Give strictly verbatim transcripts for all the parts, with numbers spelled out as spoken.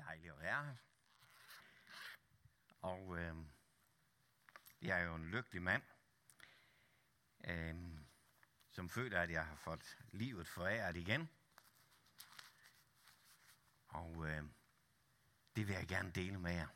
dejligt at være her. Og øh, jeg er jo en lykkelig mand, øh, som føler, at jeg har fået livet foræret igen. Og øh, det vil jeg gerne dele med jer.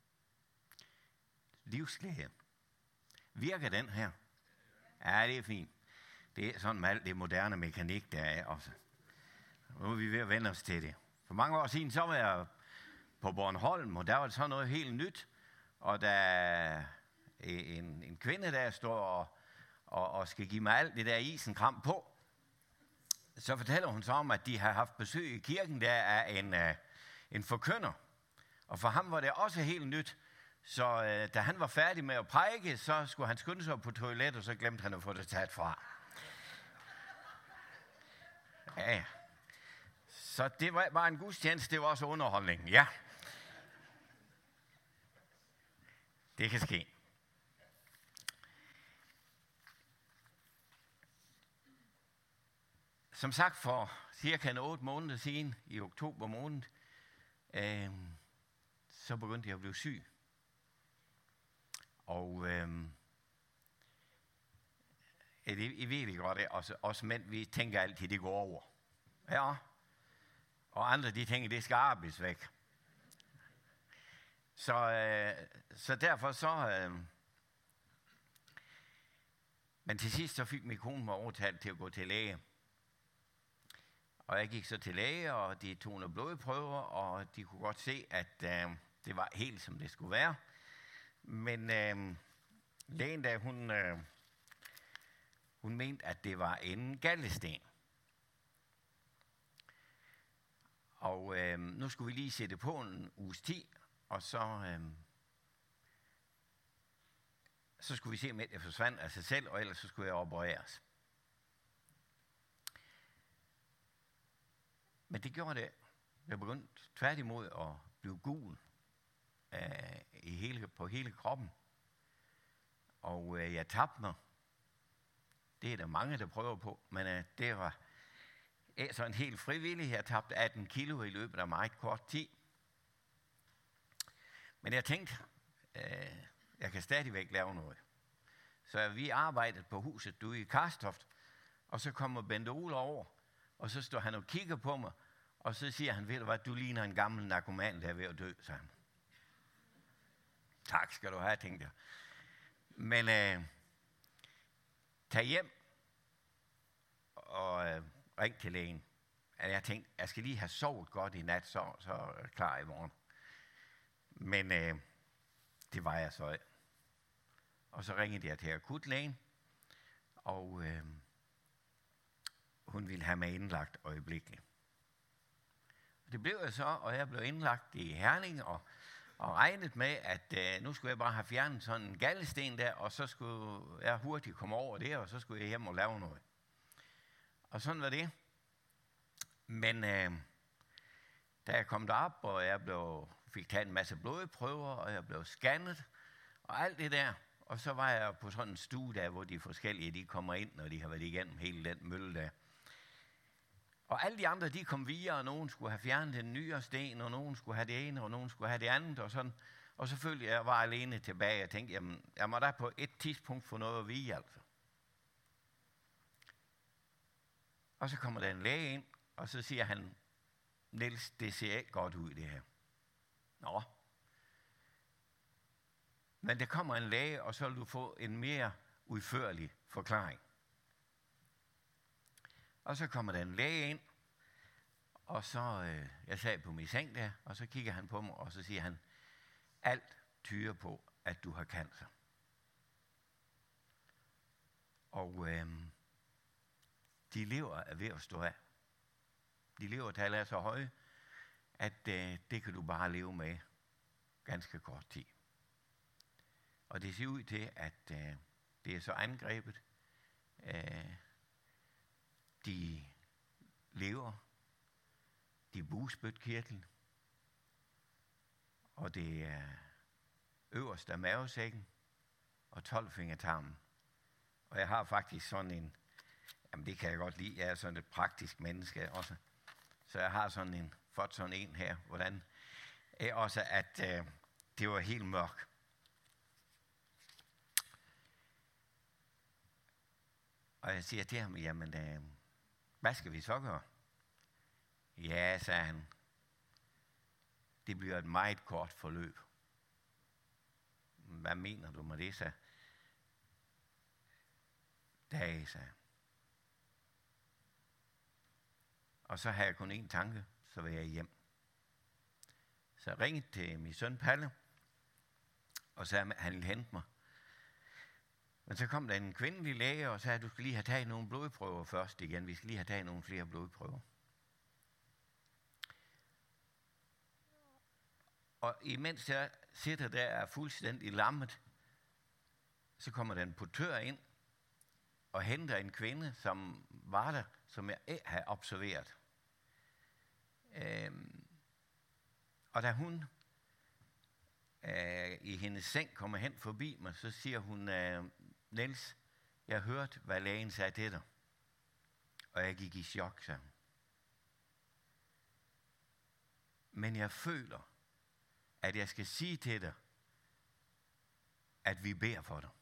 Livsglæde. Virker den her? Ja, det er fint. Det er sådan med alt det moderne mekanik, der er også. Nu er vi ved at vende os til det. For mange år siden, så var jeg på Bornholm, og der var det sådan noget helt nyt. Og der er en, en kvinde, der står og, og, og skal give mig alt det der isenkram på. Så fortæller hun så om, at de har haft besøg i kirken, der er en, uh, en forkynder. Og for ham var det også helt nyt. Så uh, da han var færdig med at prædike, så skulle han skynde sig på toilet, og så glemte han at få det taget fra. Ja, så det var bare en gudstjeneste, det var også underholdning, ja. Det kan ske. Som sagt, for cirka en otte måneder siden, i oktober måned, øh, så begyndte jeg at blive syg. Og øh, I ved det godt, også, også mænd, vi tænker altid, det går over. Ja. Og andre, de tænker, det skal arbejdes væk. Så, øh, så derfor så... Øh, men til sidst så fik min kone mig overtalt til at gå til læge. Og jeg gik så til læge, og de tog nogle blodprøver, og de kunne godt se, at øh, det var helt som det skulle være. Men øh, lægen der, hun, øh, hun mente, at det var en galdesten. Og øh, nu skulle vi lige sætte på en uges tid, og så, øh, så skulle vi se, om jeg forsvandt af sig selv, og ellers så skulle jeg opereres. Men det gjorde det. Jeg begyndte tværtimod at blive gul øh, i hele, på hele kroppen. Og øh, jeg tabte mig. Det er der mange, der prøver på, men øh, det var sådan helt frivilligt. Jeg tabte atten kilo i løbet af meget kort tid. Men jeg tænkte, øh, jeg kan stadigvæk lave noget. Så vi arbejdede på huset ude i Karstoft, og så kommer Bente Ole over, og så står han og kigger på mig, og så siger han, ved du hvad, du ligner en gammel narkoman, der er ved at dø, sagde han. Tak skal du have, tænkte jeg. Men øh, tag hjem og øh, ring til lægen. Jeg tænkte, jeg skal lige have sovet godt i nat, så, så er jeg klar i morgen. Men øh, det var jeg så. Og så ringede jeg til akutlægen, og øh, hun ville have mig indlagt øjeblikkeligt. Det blev jeg så, og jeg blev indlagt i Herning, og, og regnet med, at øh, nu skulle jeg bare have fjernet sådan en galdesten der, og så skulle jeg hurtigt komme over det, og så skulle jeg hjem og lave noget. Og sådan var det. Men øh, da jeg kom derop, og jeg blev, fik taget en masse blodprøver, og jeg blev scannet, og alt det der, og så var jeg på sådan en stue der, hvor de forskellige, de kommer ind, når de har været igennem hele den mølle der. Og alle de andre, de kom videre, og nogen skulle have fjernet den nyere sten, og nogen skulle have det ene, og nogen skulle have det andet, og sådan. Og så følte jeg, at jeg var alene tilbage, og tænkte, jamen, jeg må da på et tidspunkt få noget at vide, altså. Og så kommer der en læge ind, og så siger han, Niels, det ser ikke godt ud, det her. Nå. Men der kommer en læge, og så vil du få en mere udførlig forklaring. Og så kommer der en læge ind, og så, øh, jeg sad på min seng der, og så kigger han på mig, og så siger han, alt tyder på, at du har cancer. Og øh, de lever er ved at stå af. De levertal er så høje, at øh, det kan du bare leve med ganske kort tid. Og det ser ud til, at øh, det er så angrebet. Øh, de lever, de bugspytkirtel, og det er øverst af mavesækken og tolvfingertarmen. Og jeg har faktisk sådan en, jamen det kan jeg godt lide, jeg er sådan et praktisk menneske også. Så jeg har sådan en, fået sådan en her, hvordan er også, at øh, det var helt mørkt. Og jeg siger til ham, jamen, øh, hvad skal vi så gøre? Ja, sagde han, det bliver et meget kort forløb. Hvad mener du med det, sagde dage, sagde han. Og så havde jeg kun én tanke, så var jeg hjem. Så jeg ringede til min søn Palle, og sagde, at han ville hente mig. Men så kom der en kvindelig læge og sagde, at du skal lige have taget nogle blodprøver først igen. Vi skal lige have taget nogle flere blodprøver. Og imens jeg sidder der og er fuldstændig lammet, så kommer der en portør ind og henter en kvinde, som var der, som jeg ikke havde observeret. Øhm, og da hun øh, i hendes seng kommer hen forbi mig, så siger hun, øh, Niels, jeg hørte, hvad lægen sagde til dig. Og jeg gik i chok, sagde hun. Men jeg føler, at jeg skal sige til dig, at vi beder for dig.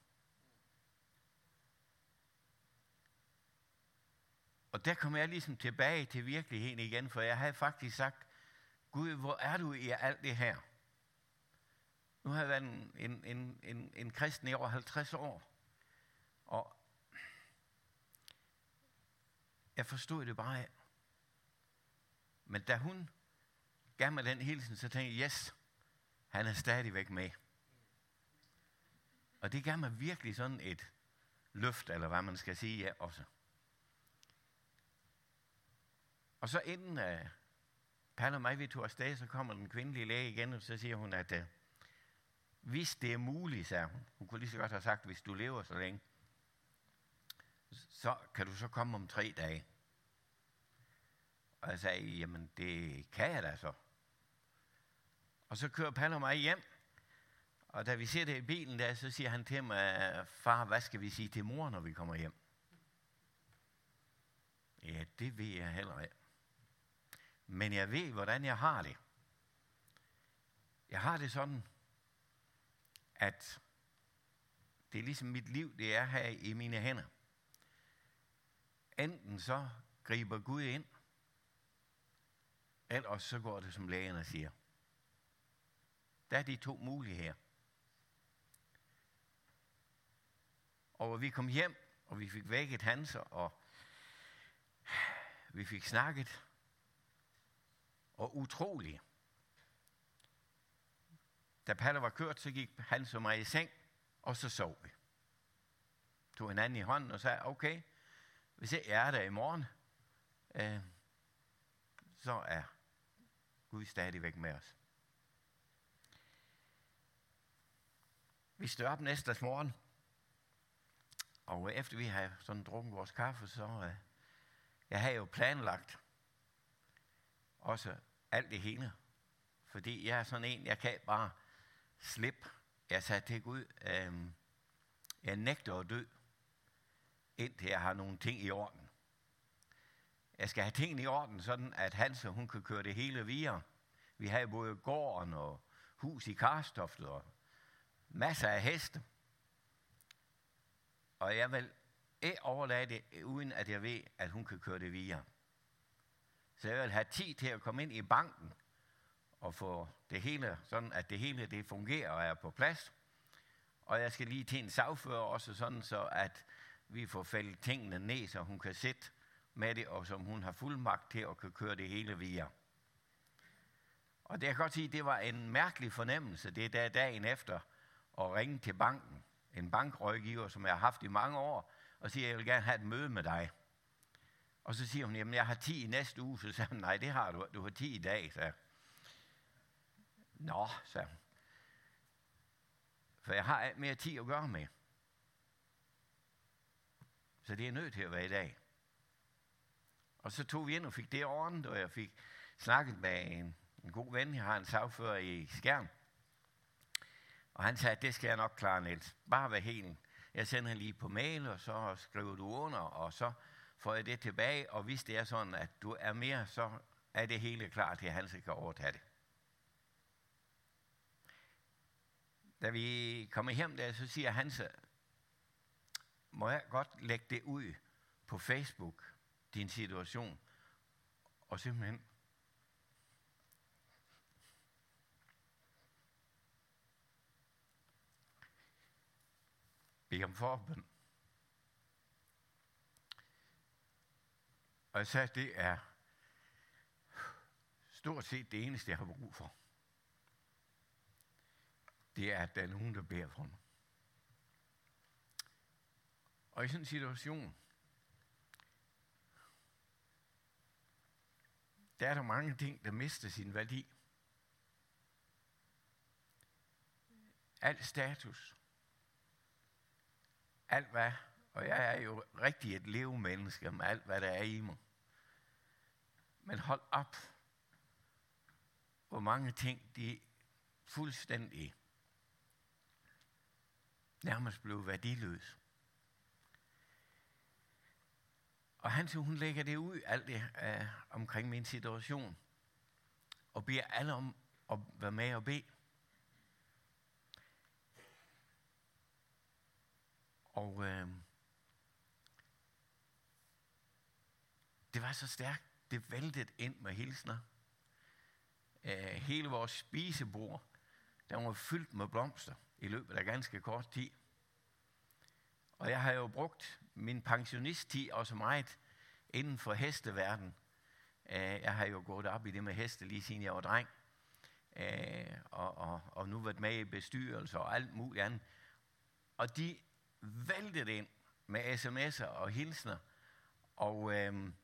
Og der kom jeg ligesom tilbage til virkeligheden igen, for jeg havde faktisk sagt, Gud, hvor er du i alt det her? Nu har jeg været en, en, en, en, en kristen i over halvtreds år, og jeg forstod det bare af. Men da hun gav mig den hilsen, så tænkte jeg, yes, han er stadigvæk med. Og det gav mig virkelig sådan et løft, eller hvad man skal sige, ja, også. Og så inden uh, Palle og mig, vi tog afsted, så kommer den kvindelige læge igen, og så siger hun, at uh, hvis det er muligt, sagde hun, hun kunne lige så godt have sagt, hvis du lever så længe, så kan du så komme om tre dage. Og jeg sagde, jamen det kan jeg da så. Og så kører Palle og mig hjem, og da vi sidder i bilen der, så siger han til mig, far, hvad skal vi sige til mor, når vi kommer hjem? Ja, det ved jeg heller ikke. Men jeg ved, hvordan jeg har det. Jeg har det sådan, at det er ligesom mit liv, det er her i mine hænder. Enten så griber Gud ind, ellers så går det, som lægerne siger. Der er de to muligheder. Og vi kom hjem, og vi fik vækket Hans, og vi fik snakket. Og utroligt. Da Palle var kørt, så gik Hans og mig i seng, og så sov vi. Tog hinanden i hånden og sagde, okay, hvis jeg er der i morgen, øh, så er Gud stadigvæk med os. Vi stod op næste morgen, og efter vi havde sådan drukket vores kaffe, så øh, jeg havde jo planlagt også alt det hele. Fordi jeg er sådan en, jeg kan bare slippe. Jeg sagde til Gud, øh, jeg nægter at dø, indtil jeg har nogle ting i orden. Jeg skal have tingene i orden, sådan at Hans og hun kan køre det hele videre. Vi har både gården og hus i Karstoftet og masser af heste. Og jeg vil ikke overlade det, uden at jeg ved, at hun kan køre det videre. Så jeg vil have tid til at komme ind i banken og få det hele, sådan at det hele det fungerer og er på plads. Og jeg skal lige til en sagfører også, sådan så at vi får fældet tingene ned, så hun kan sidde med det, og som hun har fuldmagt til at kan køre det hele videre. Og det jeg kan godt sige, det var en mærkelig fornemmelse, det er der dagen efter, at ringe til banken, en bankrådgiver, som jeg har haft i mange år, og siger, jeg vil gerne have et møde med dig. Og så siger hun, jamen jeg har ti i næste uge, så sagde hun, nej det har du, du har ti i dag, sagde. Nå, sagde hun. For jeg har alt mere tid at gøre med. Så det er nødt til at være i dag. Og så tog vi ind og fik det ordnet, og jeg fik snakket med en, en god ven, jeg har en sagfører i Skjern. Og han sagde, det skal jeg nok klare, Niels. Bare være helt. Jeg sender lige på mail, og så skriver du under, og så får jeg det tilbage. Og hvis det er sådan, at du er mere, så er det hele klart til, at han kan overtage det. da vi kommer hjem der, så siger han så, må jeg godt lægge det ud på Facebook, din situation, og simpelthen bede om forbøn. Og jeg sagde, at det er stort set det eneste, jeg har brug for. Det er, at der er nogen, der beder for mig. Og i sådan en situation, der er der mange ting, der mister sin værdi. Alt status. Alt hvad. Og jeg er jo rigtig et levemenneske med alt, hvad der er i mig. Men hold op, hvor mange ting, de fuldstændig nærmest blev værdiløse. Og han, hun lægger det ud, alt det uh, omkring min situation, og beder alle om at være med og bede. Og uh, det var så stærkt, det væltede ind med hilsner. Uh, hele vores spisebord, der var fyldt med blomster i løbet af ganske kort tid. Og jeg har jo brugt min pensionisttid også meget inden for hesteverden. Jeg har jo gået op i det med heste lige siden jeg var dreng. Og, og, og nu været med i bestyrelser og alt muligt andet. Og de væltede ind med sms'er og hilsner. Og øhm,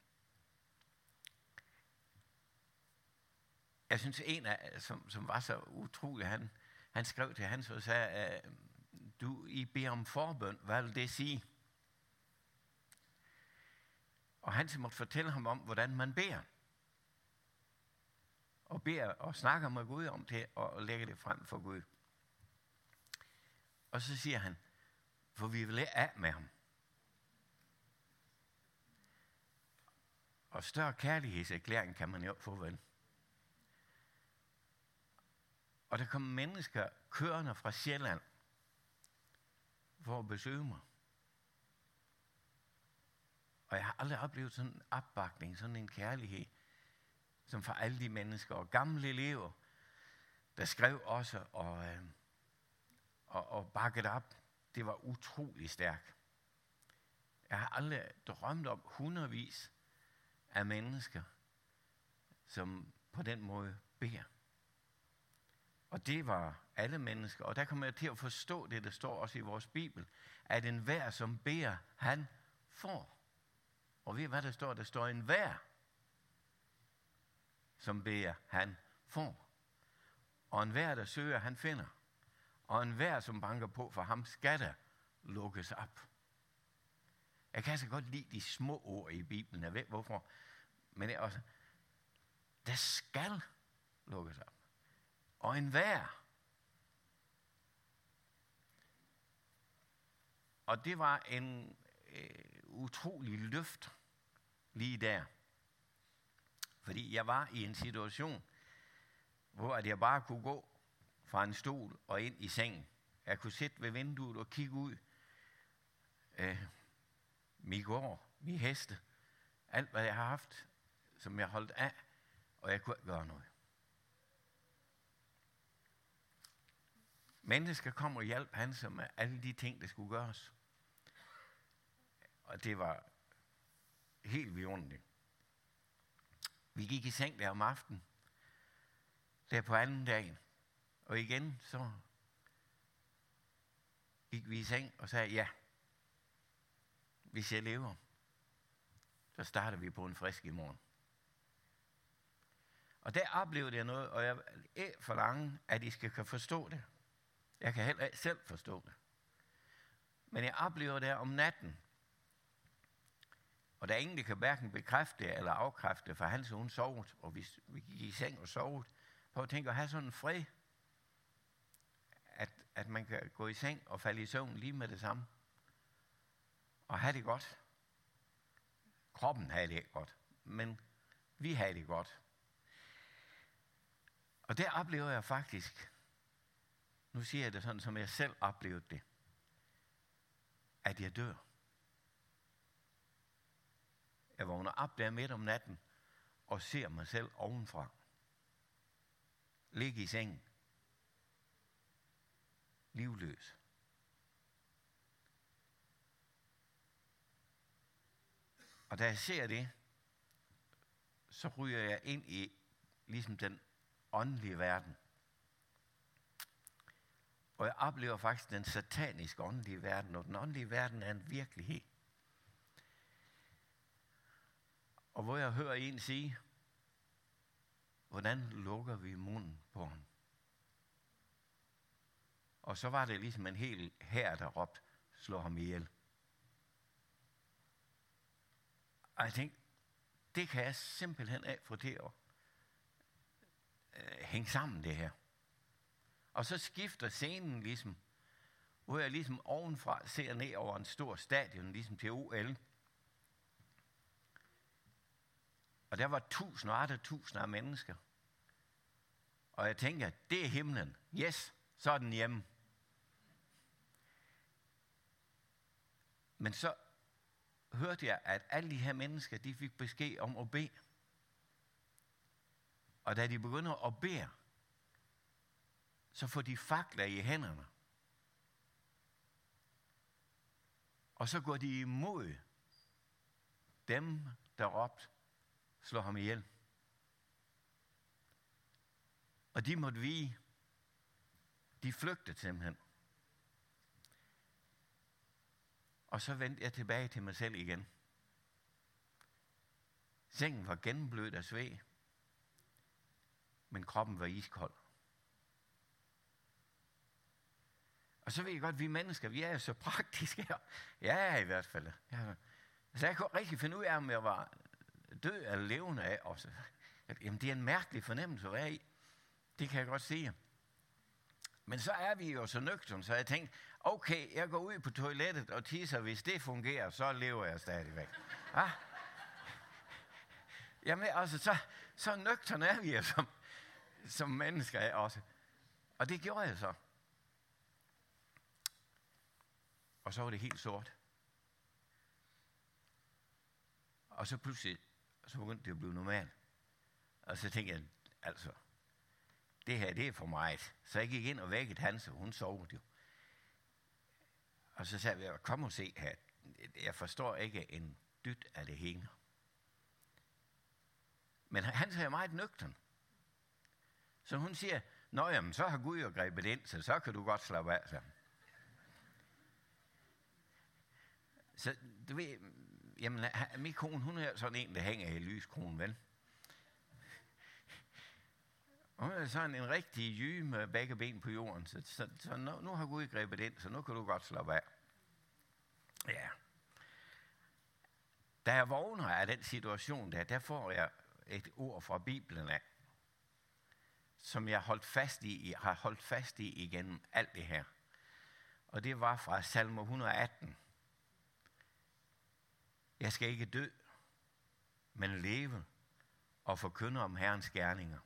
jeg synes en af, som, som var så utrolig, han, han skrev til Hans og sagde, du, I beder om forbøn, hvad vil det sige? Og Hans måtte fortælle ham om, hvordan man beder. Og beder og snakker med Gud om det, og lægger det frem for Gud. Og så siger han, for vi vil af med ham. Og større kærlighedserklæring kan man jo få vel. Og der kom mennesker kørende fra Sjælland for at besøge mig. Og jeg har aldrig oplevet sådan en opbakning, sådan en kærlighed, som for alle de mennesker og gamle elever, der skrev også og, øh, og, og bakket op. Det var utrolig stærkt. Jeg har aldrig drømt om hundredvis af mennesker, som på den måde beder. Og det var alle mennesker. Og der kommer jeg til at forstå det, der står også i vores Bibel, at enhver, som beder, han får. Og ved I, hvad der står? Der står enhver, som beder, han får. Og enhver, der søger, han finder. Og enhver, som banker på, for ham skal der lukkes op. Jeg kan så godt lide de små ord i Bibelen. Jeg ved hvorfor. Men det er også, der skal lukkes op. Og enhver. Og det var en øh, utrolig løft lige der. Fordi jeg var i en situation, hvor at jeg bare kunne gå fra en stol og ind i sengen. Jeg kunne sidde ved vinduet og kigge ud. Øh, min gård, min heste, alt hvad jeg har haft, som jeg holdt af, og jeg kunne ikke gøre noget. Mennesker kom og hjalp Hans med alle de ting, der skulle gøres. Og det var helt vidunderligt. Vi gik i seng der om aftenen, der på anden dagen. Og igen så gik vi i seng og sagde, ja, hvis jeg lever, så starter vi på en frisk i morgen. Og der oplevede jeg noget, og jeg er forlange, at I skal kunne forstå det. Jeg kan heller ikke selv forstå det. Men jeg oplever det om natten. Og der er ingen, der kan hverken bekræfte eller afkræfte, for Hans og hun sovet, og vi, vi gik i seng og sovet. Prøv at tænke at have sådan en fred, at, at man kan gå i seng og falde i søvn lige med det samme. Og have det godt. Kroppen havde det ikke godt, men vi havde det godt. Og der oplever jeg faktisk, nu siger jeg det sådan, som jeg selv oplevede det, at jeg dør. Jeg vågner op der midt om natten, og ser mig selv ovenfra. Ligge i sengen. Livløs. Og da jeg ser det, så ryger jeg ind i ligesom den åndelige verden. Og jeg oplever faktisk den sataniske åndelige verden, og den åndelige verden er en virkelighed. Og hvor jeg hører en sige, hvordan lukker vi munden på ham? Og så var det ligesom en hel hær, der råbte, slå ham ihjel. Og jeg tænkte, det kan jeg simpelthen af få til at øh, hænge sammen det her. Og så skifter scenen ligesom, hvor jeg ligesom ovenfra ser ned over en stor stadion, ligesom til O L. Og der var tusinder og atter tusinder af mennesker. Og jeg tænker, det er himlen. Yes, så er den hjemme. Men så hørte jeg, at alle de her mennesker, de fik besked om at bede. Og da de begynder at bede, så får de fakler i hænderne. Og så går de imod dem, der råbte, slå ham ihjel. Og de måtte vige. De flygtede simpelthen. Og så vendte jeg tilbage til mig selv igen. Sengen var gennemblødt af sved, men kroppen var iskold. Og så ved jeg godt, at vi mennesker, vi er jo så praktiske her. Ja, i hvert fald. Ja. Så jeg kunne rigtig finde ud af, om jeg var død eller levende af. Og så, jamen, det er en mærkelig fornemmelse at være i. Det kan jeg godt sige. Men så er vi jo så nøgterne, så jeg tænkte, okay, jeg går ud på toilettet og tisser, hvis det fungerer, så lever jeg stadigvæk. Ja? Jamen altså, så, så nøgterne er vi jo som, som mennesker er også. Og det gjorde jeg så. Og så var det helt sort. Og så pludselig, så begyndte det at blive normalt. Og så tænkte jeg, altså, det her, det er for meget. Så jeg gik ind og vækkede Hanse, hun sovede jo. Og så sagde jeg, kom og se her. Jeg forstår ikke en dyt af det hele. Men han er meget nøgtern. Så hun siger, nå jamen, så har Gud jo grebet ind, så så kan du godt slappe af sig. Så du ved, jamen, min kone, hun er sådan en, der hænger i lyskronen, vel? Hun er sådan en rigtig jyge med begge ben på jorden, så, så, så nu, nu har Gud grebet ind, så nu kan du godt slappe af. Ja. Da jeg vågner af den situation der, der får jeg et ord fra Bibelen af, som jeg holdt fast i, har holdt fast i igennem alt det her. Og det var fra salme et hundrede og atten. Jeg skal ikke dø, men leve og forkynde om Herrens gerninger.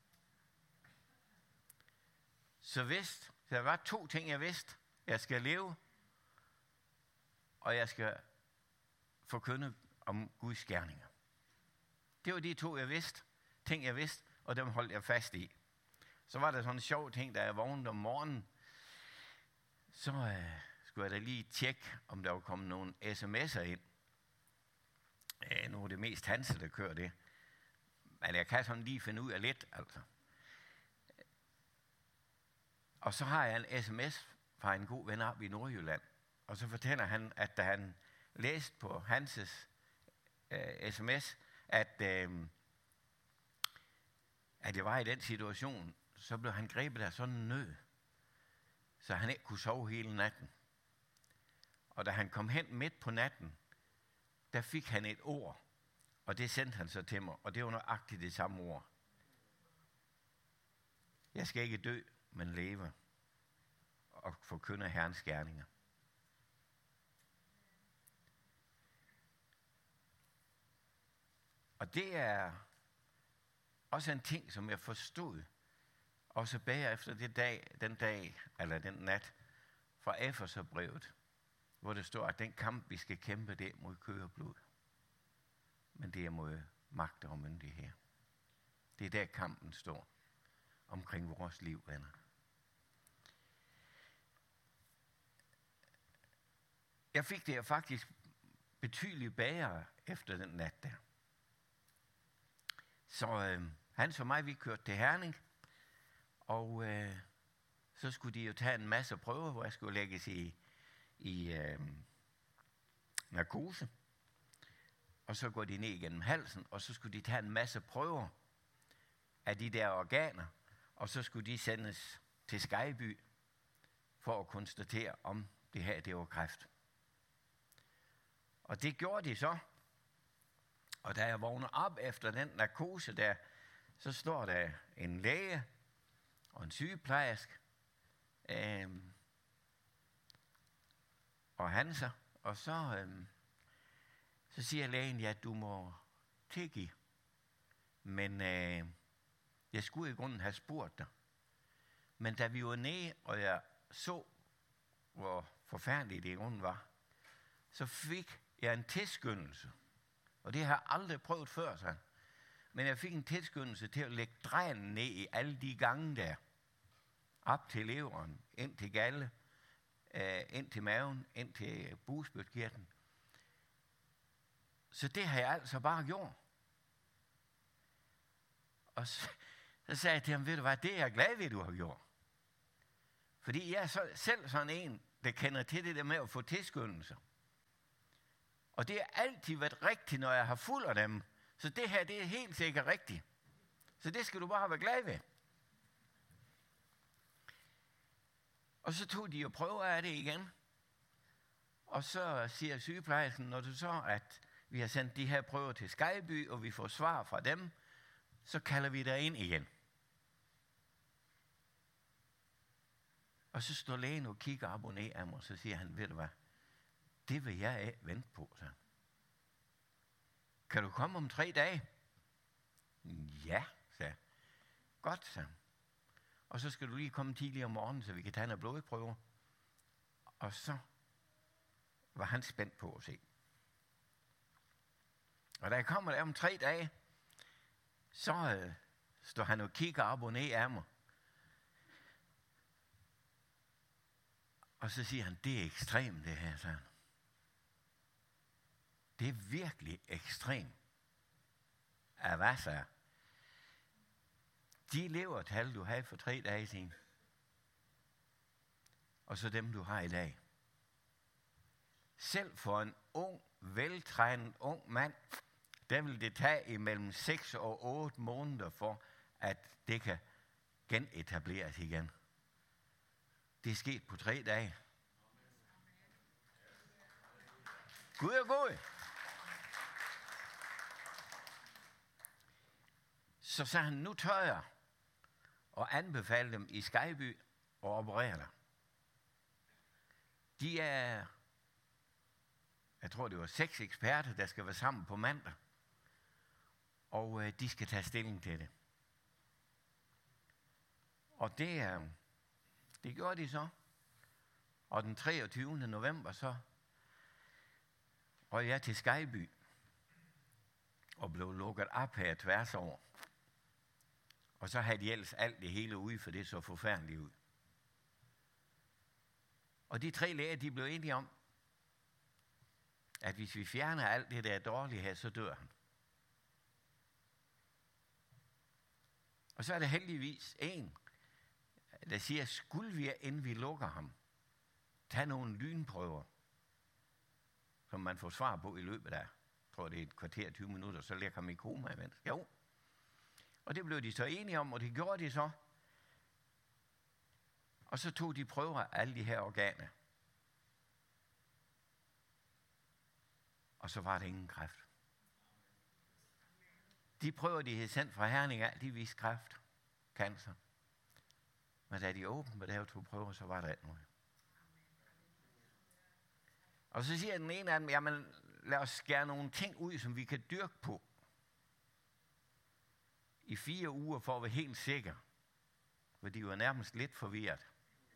Så vidste, der var to ting, jeg vidste. Jeg skal leve, og jeg skal forkynde om Guds gerninger. Det var de to, jeg vidste. Ting, jeg vidste, og dem holdt jeg fast i. Så var der sådan en sjov ting, da jeg vågnede om morgenen. Så øh, skulle jeg da lige tjekke, om der var kommet nogle sms'er ind. Øh, nu er det mest Hanse, der kører det. Men jeg kan sådan lige finde ud af lidt, altså. Og så har jeg en sms fra en god ven op i Nordjylland. Og så fortæller han, at da han læste på Hanses øh, sms, at, øh, at jeg var i den situation, så blev han grebet af sådan en nød, så han ikke kunne sove hele natten. Og da han kom hen midt på natten, der fik han et ord, og det sendte han så til mig, og det var nøjagtigt det samme ord. Jeg skal ikke dø, men leve og forkynde Herrens gerninger. Og det er også en ting, som jeg forstod Og så bagefter det dag, den dag, eller den nat, fra Efeserbrevet, hvor det står, at den kamp, vi skal kæmpe, det er mod kød og blod. Men det er mod magter og myndigheder. Det er der kampen står omkring vores liv, venner. Jeg fik det faktisk betydeligt bedre efter den nat der. Så øh, Hans og mig, vi kørte til Herning, og øh, så skulle de jo tage en masse prøver, hvor jeg skulle lægges i, i øh, narkose. Og så går de ned igennem halsen, og så skulle de tage en masse prøver af de der organer, og så skulle de sendes til Skejby for at konstatere, om det her det var kræft. Og det gjorde de så. Og da jeg vågner op efter den narkose der, så står der en læge og en sygeplejerske øhm, og Hanser, og så, øhm, så siger lægen, ja, du må tilgive. Men øh, jeg skulle i grunden have spurgt dig. Men da vi var nede, og jeg så, hvor forfærdeligt det i grunden var, så fik jeg en tilskyndelse. Og det har jeg aldrig prøvet før, sådan. Men jeg fik en tilskyndelse til at lægge drænen ned i alle de gange der. Op til leveren, ind til galle, øh, ind til maven, ind til bugspytkirtlen. Så det har jeg altså bare gjort. Og så, så sagde jeg til ham, ved du hvad, det er jeg glad ved, du har gjort. Fordi jeg er så, selv sådan en, der kender til det der med at få tilskyndelser. Og det har altid været rigtigt, når jeg har fuld af dem. Så det her, det er helt sikkert rigtigt. Så det skal du bare være glad ved. Og så tog de og prøver af det igen. Og så siger sygeplejersken, når du så, at vi har sendt de her prøver til Skejby, og vi får svar fra dem, så kalder vi dig ind igen. Og så står lægen og kigger op og ned af mig, og så siger han, ved du hvad, det vil jeg ikke vente på, så. Kan du komme om tre dage? Ja, sagde jeg. Godt, sagde han. Og så skal du lige komme tidligere om morgenen, så vi kan tage en blodprøver. Og så var han spændt på at se. Og da jeg kommer der om tre dage, så øh, står han og kigger op og ned af mig. Og så siger han, det er ekstremt det her, sagde han. Det er virkelig ekstremt. Af hvad, sagde jeg? De levertal, du havde for tre dage siden, og så dem, du har i dag. Selv for en ung, veltrænet ung mand, der vil det tage imellem seks og otte måneder for, at det kan genetableres igen. Det er sket på tre dage. Gud er god. Så sagde han, nu tør jeg og anbefale dem i Skejby og operere dig. De er, jeg tror det var seks eksperter, der skal være sammen på mandag. Og øh, de skal tage stilling til det. Og det, øh, det gjorde de så. Og den treogtyvende november så røg jeg til Skejby og blev lukket op her tværs over. Og så havde de ellers alt det hele ude, for det så forfærdeligt ud. Og de tre læger, de blev enige om, at hvis vi fjerner alt det der dårlige her, så dør han. Og så er der heldigvis en, der siger, skulle vi, inden vi lukker ham, tage nogle lynprøver, som man får svar på i løbet af, jeg tror det er et kvarter, tyve minutter, så lægger ham i koma imens. Jo. Og det blev de så enige om, og det gjorde de så. Og så tog de prøver af alle de her organer. Og så var der ingen kræft. De prøver, de havde sendt fra Herning af, de viste kræft, cancer. Men da de åbnede på det her to prøver, så var der ikke noget. Og så siger den ene af dem, jamen lad os skære nogle ting ud, som vi kan dyrke på. I fire uger for at være helt sikker, for de var nærmest lidt forvirret.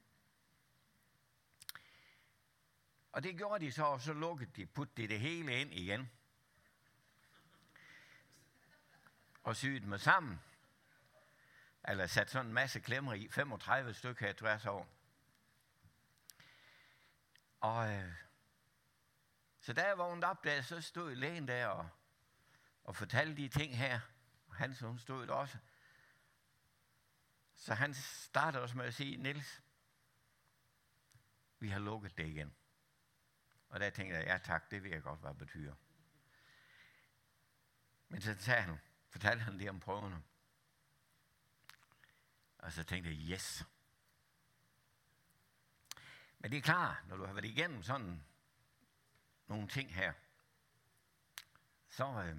Og det gjorde de så, og så lukkede de, puttede de det hele ind igen. Og syede dem sammen. Eller satte sådan en masse klemmer i, femogtredive stykker her tværs over. Og øh, så da jeg vågnede op der, så stod lægen der og, og fortalte de ting her. Og han, hun stod der også. Så han startede også med at sige, Niels, vi har lukket det igen. Og der tænkte jeg, ja tak, det ved jeg godt, hvad det betyder. Men så sagde han, fortalte han det om prøverne. Og så tænkte jeg, yes. Men det er klart, når du har været igennem sådan nogle ting her, så, øh,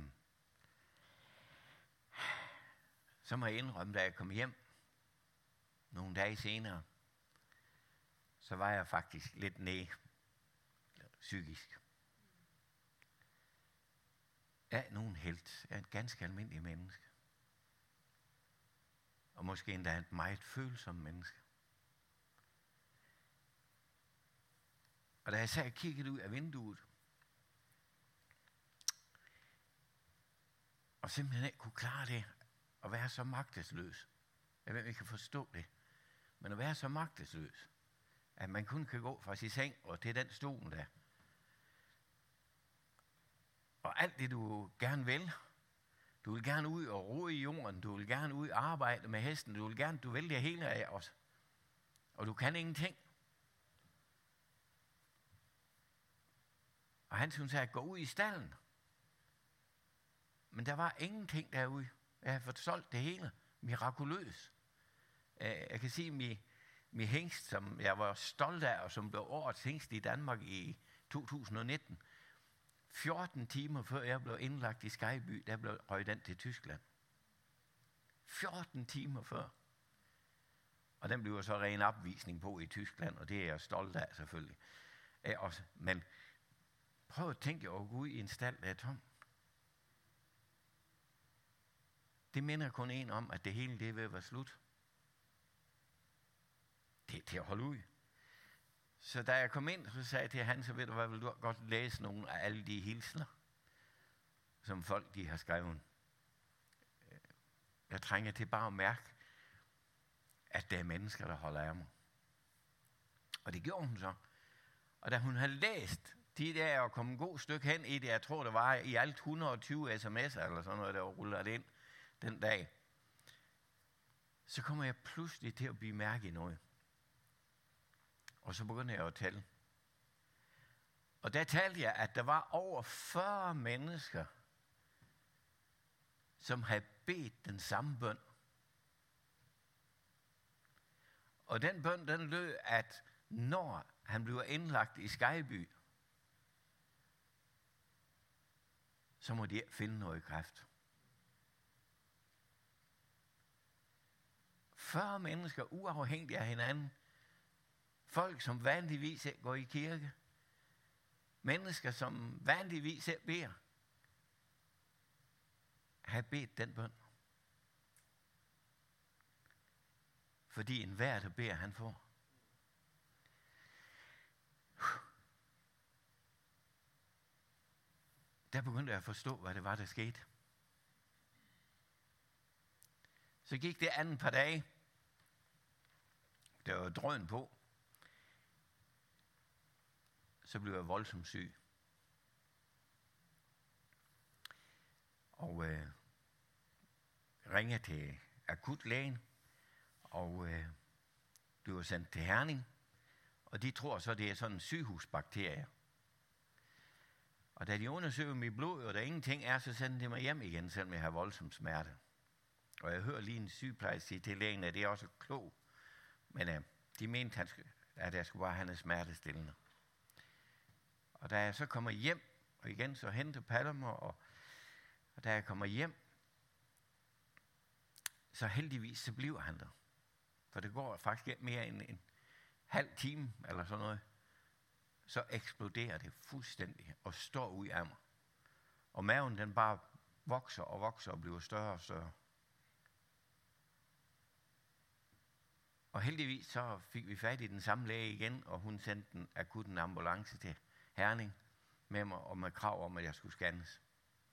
så må jeg indrømme, da jeg kom hjem nogle dage senere, så var jeg faktisk lidt nede psykisk. Jeg er nogen helt. Jeg er et ganske almindelig menneske. Og måske endda et meget følsom menneske. Og da jeg så kiggede ud af vinduet, og simpelthen ikke kunne klare det, at være så magtesløs. Jeg ved, vi kan forstå det. Men at være så magtesløs, at man kun kan gå fra sin seng og til den stol der. Og alt det, du gerne vil. Du vil gerne ud og rode i jorden. Du vil gerne ud og arbejde med hesten. Du vil gerne, du vil det hele af os. Og du kan ingenting. Og han synes, at gå ud i stallen. Men der var ingenting derude. Jeg havde fået solgt det hele. Mirakuløst. Jeg kan sige, at min, min hængst, som jeg var stolt af, og som blev årets hængst i Danmark i to tusind og nitten, fjorten timer før jeg blev indlagt i Skejby, der blev røget den til Tyskland. fjorten timer før. Og den blev så ren opvisning på i Tyskland, og det er jeg stolt af selvfølgelig. Også, men prøv at tænke over at gå ud i en stald, der er tom. Det minder kun en om, at det hele det er ved at være slut. Det er til at holde ud. Så da jeg kom ind, så sagde jeg til han, så ved du hvad, vil du godt læse nogle af alle de hilsner, som folk de har skrevet. Jeg trænger til bare at mærke, at der er mennesker, der holder af mig. Og det gjorde hun så. Og da hun havde læst de der og kom en god stykke hen i det, jeg tror det var i alt et hundrede og tyve sms'er eller sådan noget, der rullede ind den dag, så kommer jeg pludselig til at blive mærke i noget. Og så begyndte jeg at tælle. Og der talte jeg, at der var over fyrre mennesker, som havde bedt den samme bøn. Og den bøn, den lød, at når han bliver indlagt i Skejby, så må de finde noget kræft. fyrre mennesker uafhængigt af hinanden. Folk, som vanligvis ikke går i kirke. Mennesker, som vanligvis ikke beder. Har bedt den bøn. Fordi enhver, der beder, han får. Der begyndte jeg at forstå, hvad det var, der skete. Så gik det andet par dage. Der var drøn på. Så blev jeg voldsomt syg. Og øh, ringede til akutlægen, og øh, blev sendt til Herning. Og de tror så, det er sådan en sygehusbakterie. Og da de undersøger mit blod, og der ingenting er, så sender de mig hjem igen, selvom jeg har voldsom smerte. Og jeg hører lige en sygeplejerske sige til lægen, at det er også klog. Men øh, de mente, at jeg skulle bare have en smertestillende. Og da jeg så kommer hjem, og igen så henter Palmer, og, og da jeg kommer hjem, så heldigvis så bliver han der. For det går faktisk ikke mere end en halv time, eller sådan noget. Så eksploderer det fuldstændig, og står ud af mig. Og maven den bare vokser og vokser, og bliver større og større. Og heldigvis så fik vi fat i den samme læge igen, og hun sendte en akut en ambulance til Herning med mig, og med krav om, at jeg skulle scannes.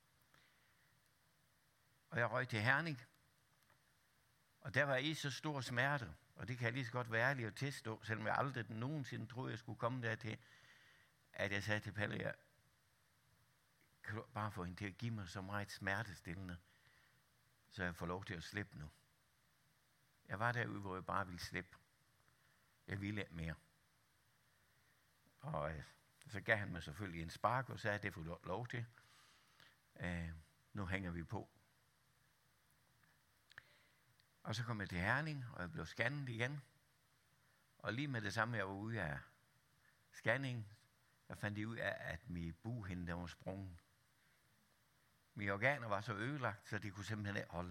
Og jeg røg til Herning, og der var i så stor smerte, og det kan jeg lige så godt være ærlig at tilstå, selvom jeg aldrig nogensinde troede, jeg skulle komme dertil, at jeg sagde til Palle, jeg kan du bare få hende til at give mig så meget smertestillende, så jeg får lov til at slippe nu. Jeg var derude, hvor jeg bare ville slippe. Jeg ville ikke mere. Og øh, så gav han mig selvfølgelig en spark og sagde, det får du lov til. Øh, nu hænger vi på. Og så kom jeg til Herning, og jeg blev scannet igen. Og lige med det samme, jeg var ude af scanning, der fandt jeg ud af, at min bughinde, der var sprunget. Mine organer var så ødelagt, så de kunne simpelthen ikke holde.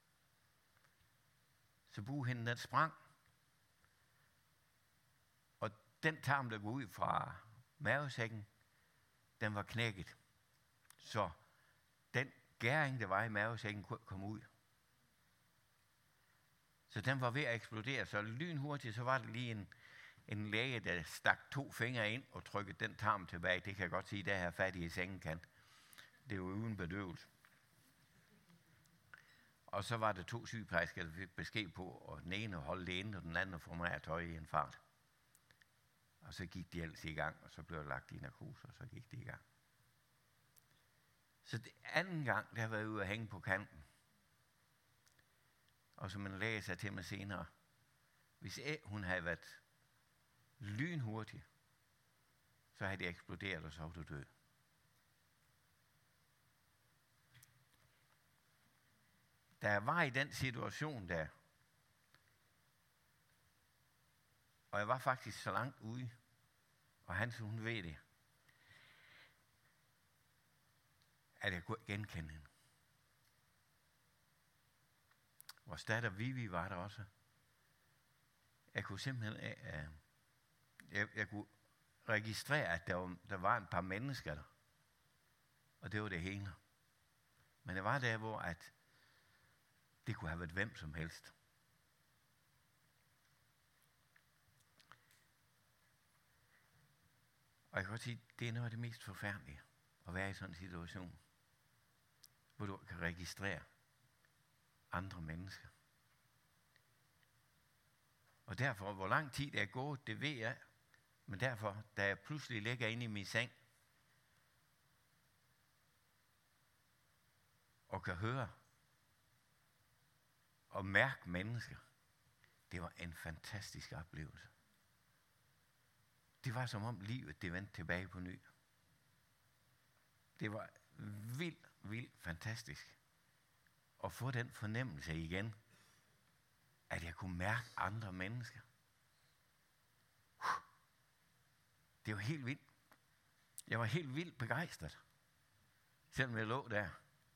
Så bughinden, den sprang. Og den tarm, der går ud fra mavesækken, den var knækket. Så den gæring, der var i mavesækken, kunne komme ud. Så den var ved at eksplodere. Så lynhurtigt, så var det lige en, en læge, der stak to fingre ind og trykkede den tarm tilbage. Det kan jeg godt sige, der er fat i sengen kan. Det er jo uden bedøvelse. Og så var der to sygeplejersker, der fik besked på, og den ene holdt det inde, og den anden formulerede tøj i en fart. Og så gik de ellers i gang, og så blev der lagt i narkose, og så gik de i gang. Så det anden gang, der var jeg ude at hænge på kanten. Og som en læge sagde til mig senere, hvis ikke hun havde været lynhurtig, så havde det eksploderet, og så var du død. Da jeg var i den situation der, og jeg var faktisk så langt ude, og han, så hun ved det, at jeg kunne genkende hende. Vores datter Vivi var der også. Jeg kunne simpelthen, uh, jeg, jeg kunne registrere, at der var, der var en par mennesker der, og det var det hele. Men det var der, hvor at det kunne have været hvem som helst. Og jeg kan godt sige, det er noget af det mest forfærdelige, at være i sådan en situation, hvor du kan registrere andre mennesker. Og derfor, hvor lang tid det er gået, det ved jeg, men derfor, da jeg pludselig ligger inde i min seng, og kan høre, og mærke mennesker, det var en fantastisk oplevelse. Det var som om livet, det vendte tilbage på ny. Det var vildt, vildt fantastisk at få den fornemmelse igen, at jeg kunne mærke andre mennesker. Det var helt vildt. Jeg var helt vildt begejstret, selvom jeg lå der.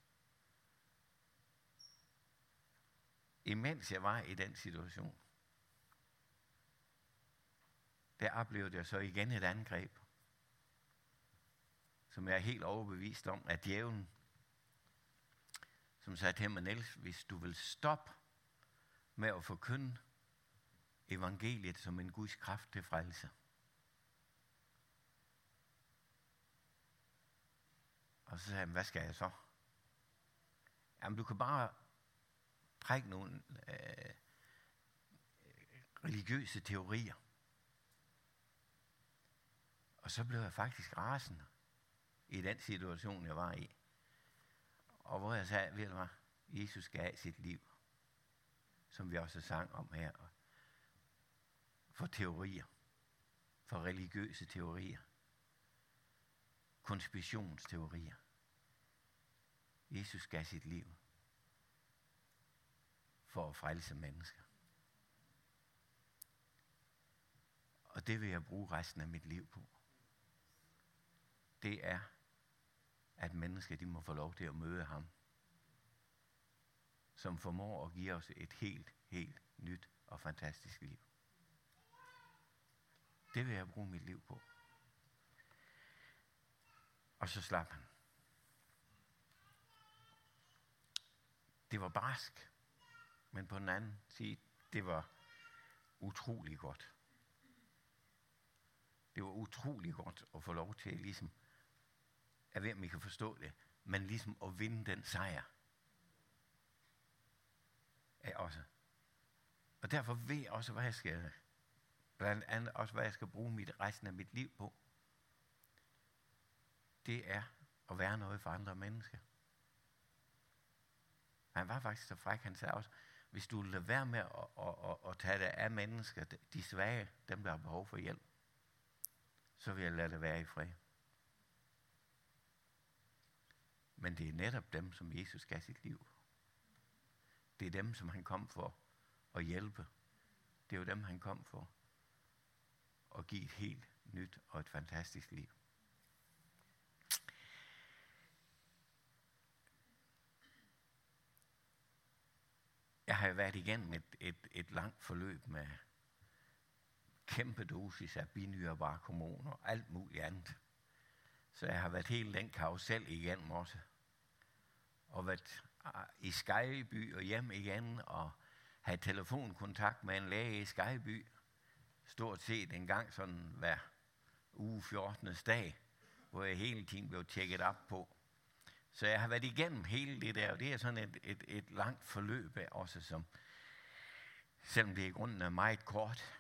Imens jeg var i den situation, der oplevede jeg så igen et angreb, som jeg er helt overbevist om, at djævlen, som sagde til mig, Niels, hvis du vil stoppe med at forkynde evangeliet som en Guds kraft til frelse. Og så sagde jeg, hvad skal jeg så? Jamen, du kan bare trække nogle øh, religiøse teorier. Og så blev jeg faktisk rasende i den situation, jeg var i. Og hvor jeg sagde, ved du hvad, Jesus gav sit liv, som vi også sang om her, for teorier, for religiøse teorier, konspirationsteorier. Jesus gav sit liv for at frelse mennesker. Og det vil jeg bruge resten af mit liv på. Det er, at mennesker, de må få lov til at møde ham, som formår at give os et helt, helt nyt og fantastisk liv. Det vil jeg bruge mit liv på. Og så slap han. Det var barsk, men på den anden side, det var utrolig godt. Det var utrolig godt at få lov til ligesom, jeg ved om I kan forstå det, men ligesom at vinde den sejr. Er også. Og derfor ved jeg også, hvad jeg skal, blandt andet også, hvad jeg skal bruge mit, resten af mit liv på. Det er at være noget for andre mennesker. Han var faktisk så fræk, han sagde også, hvis du lader være med at, at, at, at tage dig af mennesker, de svage, dem der har behov for hjælp, så vil jeg lade det være i fred. Men det er netop dem, som Jesus gav sit liv. Det er dem, som han kom for at hjælpe. Det er jo dem, han kom for at give et helt nyt og et fantastisk liv. Jeg har jo været igennem et, et, et langt forløb med kæmpe dosis af binyrerbare hormoner og alt muligt andet. Så jeg har været hele den karusel igennem også. Og været i Skejby og hjem igen og have telefonkontakt med en læge i Skejby. Stort set en gang sådan hver uge fjortende dag, hvor jeg hele tiden blev tjekket op på. Så jeg har været igennem hele det der, og det er sådan et, et, et langt forløb også, som, selvom det i grunden er meget kort.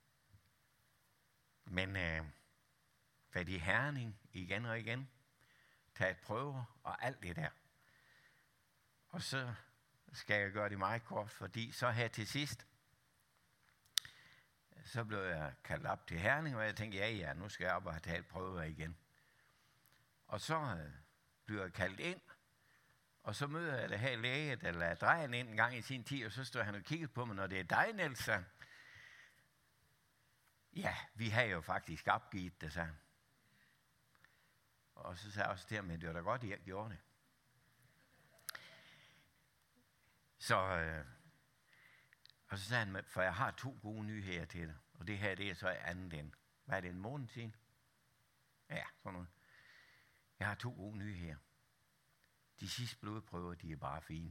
Men øh, været i Herning igen og igen, taget prøver og alt det der. Og så skal jeg gøre det meget kort, fordi så her til sidst, så blev jeg kaldt op til Herning, og jeg tænkte, ja ja, nu skal jeg op og have taget prøver igen. Og så øh, bliver jeg kaldt ind, og så møder jeg det her læge, der lader drejen ind en gang i sin tid, og så står han og kigger på mig, når det er dig, Niels. Ja, vi har jo faktisk opgivet det, sagde han. Og så sagde jeg også til ham, at det var da godt, at jeg gjorde det. Så, øh, og så sagde han, for jeg har to gode nyheder til dig, og det her, det er så andet end, hvad er det, en måned siden? Ja, sådan noget. Jeg har to gode nyheder. De sidste blodprøver, de er bare fine.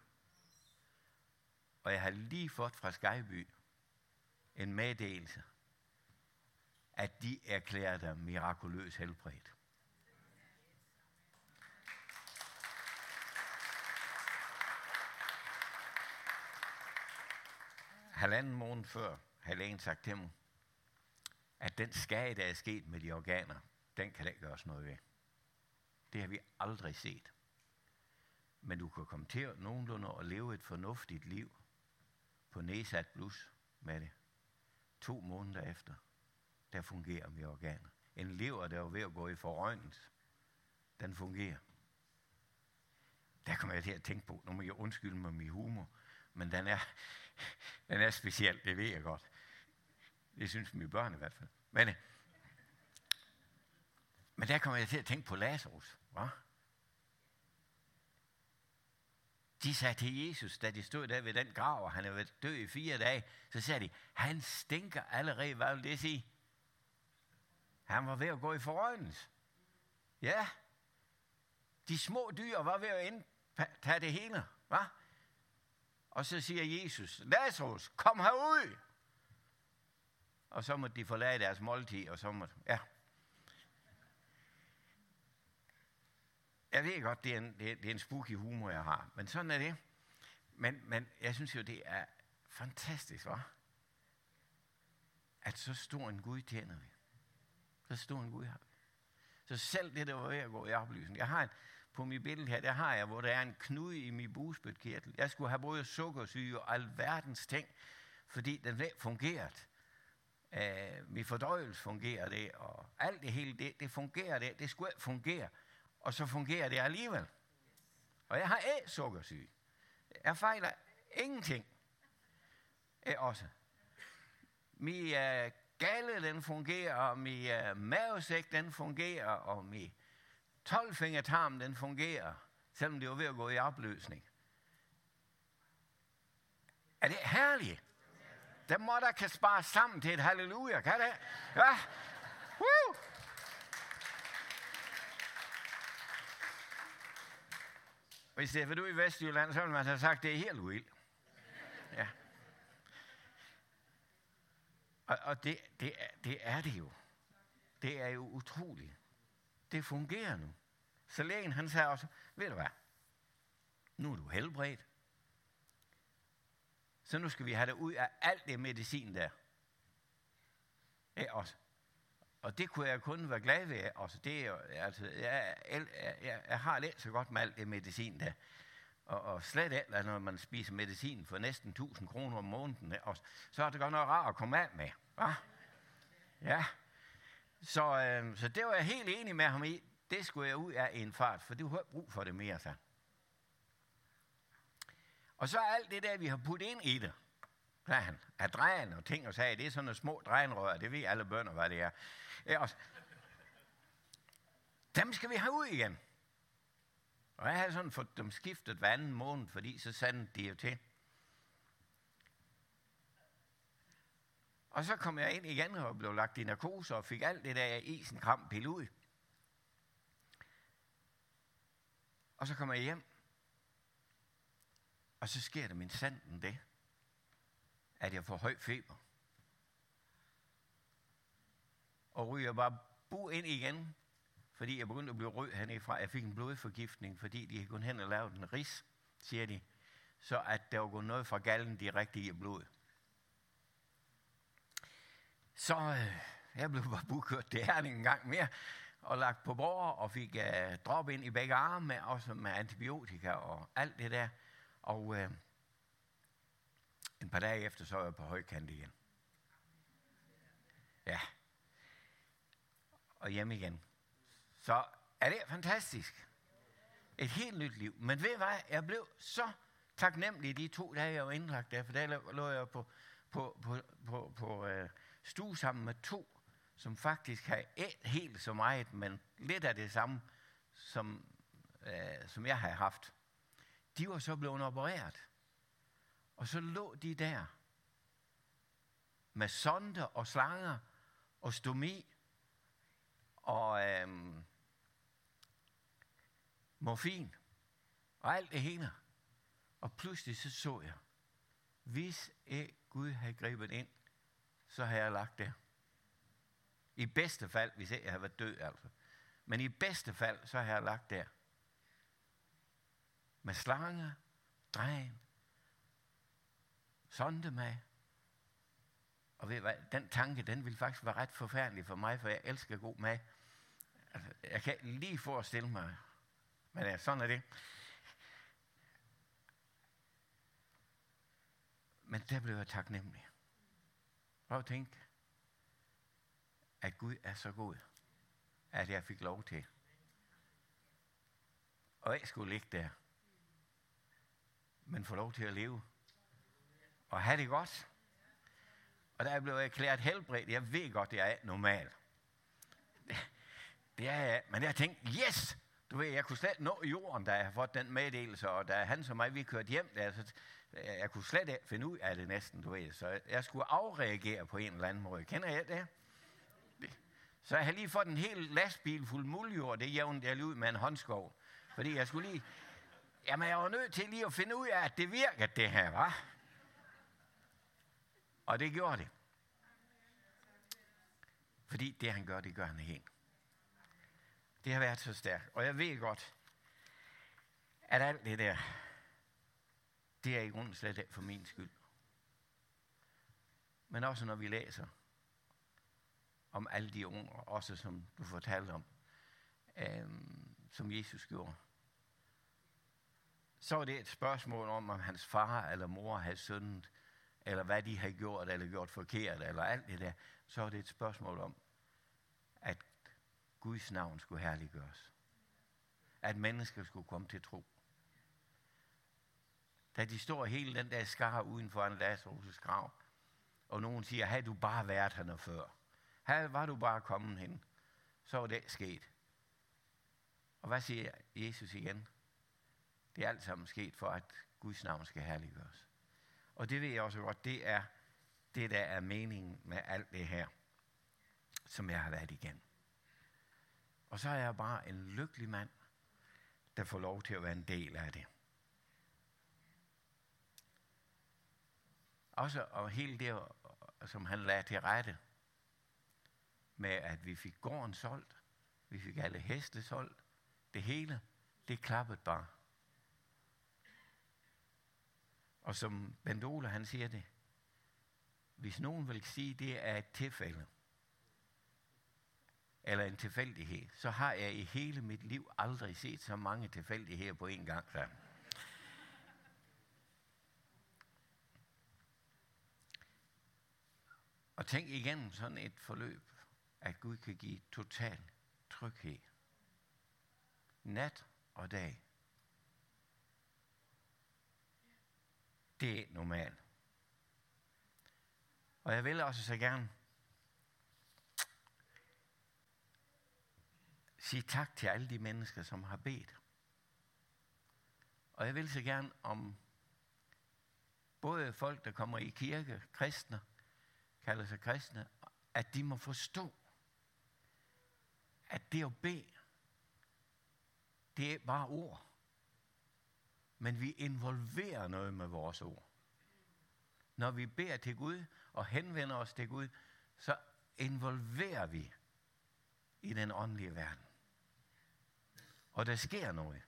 Og jeg har lige fået fra Skejby en meddelelse, at de erklærer dig mirakuløs helbredt. Halvanden måned før havde lægen sagt til mig, at den skade, der er sket med de organer, den kan der ikke gøres noget ved. Det har vi aldrig set. Men du kan komme til nogenlunde at leve et fornuftigt liv på nedsat blus med det. To måneder efter, der fungerer med organer. En lever, der er ved at gå i forrøgelse, den fungerer. Der kommer jeg til at tænke på, nu må jeg undskylde mig min humor, men den er, den er speciel, det ved jeg godt. Det synes mine børn i hvert fald. Men, men der kommer jeg til at tænke på Lazarus. Hva? De sagde til Jesus, da de stod der ved den grav, og han havde været død i fire dage, så sagde de, han stinker allerede, hvad vil det sige? Han var ved at gå i forrøgelse. Ja, de små dyr var ved at indtage det hele. Hva? Og så siger Jesus, Lazarus, kom herud! Og så måtte de forlade deres måltid, og så måtte, ja. Jeg ved godt, det er en, det er, det er en spooky humor, jeg har, men sådan er det. Men, men jeg synes jo, det er fantastisk, hva? At så stor en Gud tjener vi. Så stor en Gud har vi. Så selv det, der var ved at gå i oplysning. Jeg har en, på mit billede her, der har jeg, hvor der er en knude i min bugspytkirtel. Jeg skulle have både sukkersyge og alverdens ting, fordi den fungerede. Uh, min fordøjelse fungerer det, og alt det hele, det, det fungerer det. Det skulle ikke fungere. Og så fungerer det alligevel. Og jeg har ikke sukkersyge. Jeg fejler ingenting. Jeg også. Min uh, galle, den fungerer, og min uh, mavesæk, den fungerer, og min tolvfingertarm, den fungerer, selvom det var ved at gå i opløsning. Er det herligt? Der må der kan spare sammen til et halleluja, kan det? Ja. Woo! Hvis det er for du i Vestjylland, så vil man have sagt, det er helt vildt. Ja. Og, og det, det, er, det er det jo. Det er jo utroligt. Det fungerer nu. Så lægen han sagde også, ved du hvad, nu er du helbredt. Så nu skal vi have det ud af alt det medicin der. Ja, også. Og det kunne jeg kun være glad ved. Altså, det er jo, altså, jeg, jeg, jeg, jeg har det så godt med alt det medicin der. Og, og slet ikke, når man spiser medicin for næsten tusind kroner om måneden, også, så er det godt nok rart at komme af med. Hva? Ja. Så, øh, så det var jeg helt enig med ham i. Det skulle jeg ud af i en fart, for du har brug for det mere, så. Og så er alt det der, vi har puttet ind i det, sagde han, af drejen og ting og sager, det er sådan nogle små drejenrør, det ved alle bønder, hvad det er. Ja, også. Dem skal vi have ud igen. Og jeg havde sådan fået dem skiftet hver anden måned, fordi så sandte de jo til. Og så kom jeg ind igen og blev lagt i narkose og fik alt det der isenkram pillet ud. Og så kommer jeg hjem. Og så sker der min sanden det, at jeg får høj feber. Og ryger bare bu ind igen, fordi jeg begyndte at blive rød hernedefra. Jeg fik en blodforgiftning, fordi de kunne hen og lave en ris, siger de. Så at der var gået noget fra gallen direkte i blodet. Så øh, jeg blev bare bukørt til Herning en gang mere, og lagt på borger, og fik øh, drop ind i begge arme, også med antibiotika og alt det der. Og øh, en par dage efter, så var jeg på højkant igen. Ja. Og hjem igen. Så er det fantastisk. Et helt nyt liv. Men ved hvad, jeg blev så taknemmelig de to dage, jeg var indlagt der, for der lå jeg på, på, på, på, på øh, stue sammen med to, som faktisk har et helt så meget, men lidt af det samme, som, øh, som jeg har haft. De var så blevet opereret. Og så lå de der med sonder og slanger og stomi og øhm, morfin og alt det hele. Og pludselig så så jeg, hvis ikke Gud havde grebet ind, så havde jeg lagt der. I bedste fald, hvis ikke jeg havde været død altså. Men i bedste fald, så havde jeg lagt der. Med slanger, dren, sondemad. Og ved I hvad, den tanke, den ville faktisk være ret forfærdelig for mig, for jeg elsker god mad. Altså, jeg kan lige forestille mig, men ja, sådan er det. Men der blev jeg taknemmelig. Prøv at tænke, at Gud er så god, at jeg fik lov til. Og jeg skulle ligge der, men få lov til at leve. Og have det godt. Og der blev jeg erklæret helbredt. Jeg ved godt, det er ikke normalt. Det er jeg. Men jeg tænkte, yes! Du ved, jeg kunne slet nå jorden, da jeg har fået den meddelelse, og da han og mig, vi kørte hjem der, så jeg kunne slet ikke finde ud af det næsten, du ved. Så jeg skulle afreagere på en eller anden måde. Kender jeg det? Så jeg har lige fået en hel lastbil fuld muljord, det jævnte jeg lige ud med en håndskov. Fordi jeg skulle lige... Jamen, jeg var nødt til lige at finde ud af, at det virker, det her, hva'? Og det gjorde det. Fordi det, han gør, det gør han helt. Det har været så stærkt. Og jeg ved godt, at alt det der, det er i grunden slet ikke for min skyld. Men også når vi læser om alle de unger, også som du fortalte om, øhm, som Jesus gjorde. Så er det et spørgsmål om, om hans far eller mor havde syndet, eller hvad de havde gjort, eller gjort forkert, eller alt det der. Så er det et spørgsmål om, at Guds navn skulle herliggøres. At mennesker skulle komme til tro. Da de står hele den der skare uden for en Lazarus' grav, og nogen siger, havde du bare været hernede før? Havde var du bare kommet hen? Så var det sket. Og hvad siger Jesus igen? Det er alt sammen sket for, at Guds navn skal herliggøres. Og det ved jeg også godt, det er det, der er meningen med alt det her, som jeg har været igen. Og så er jeg bare en lykkelig mand, der får lov til at være en del af det. Også og hele det som han lagde til rette med, at vi fik gården solgt, vi fik alle heste solgt, det hele, det klappede bare. Og som Bent Ole, han siger det, hvis nogen vil sige, det er et tilfælde, eller en tilfældighed, så har jeg i hele mit liv aldrig set så mange tilfældigheder på én gang. Så. Og tænk igennem sådan et forløb, at Gud kan give total tryghed. Nat og dag. Det er ikke normalt. Og jeg vil også så gerne sige tak til alle de mennesker, som har bedt. Og jeg vil så gerne om både folk, der kommer i kirke, kristne, kalder sig kristne, at de må forstå, at det at bede, det er bare ord. Men vi involverer noget med vores ord. Når vi beder til Gud og henvender os til Gud, så involverer vi i den åndelige verden. Og der sker noget.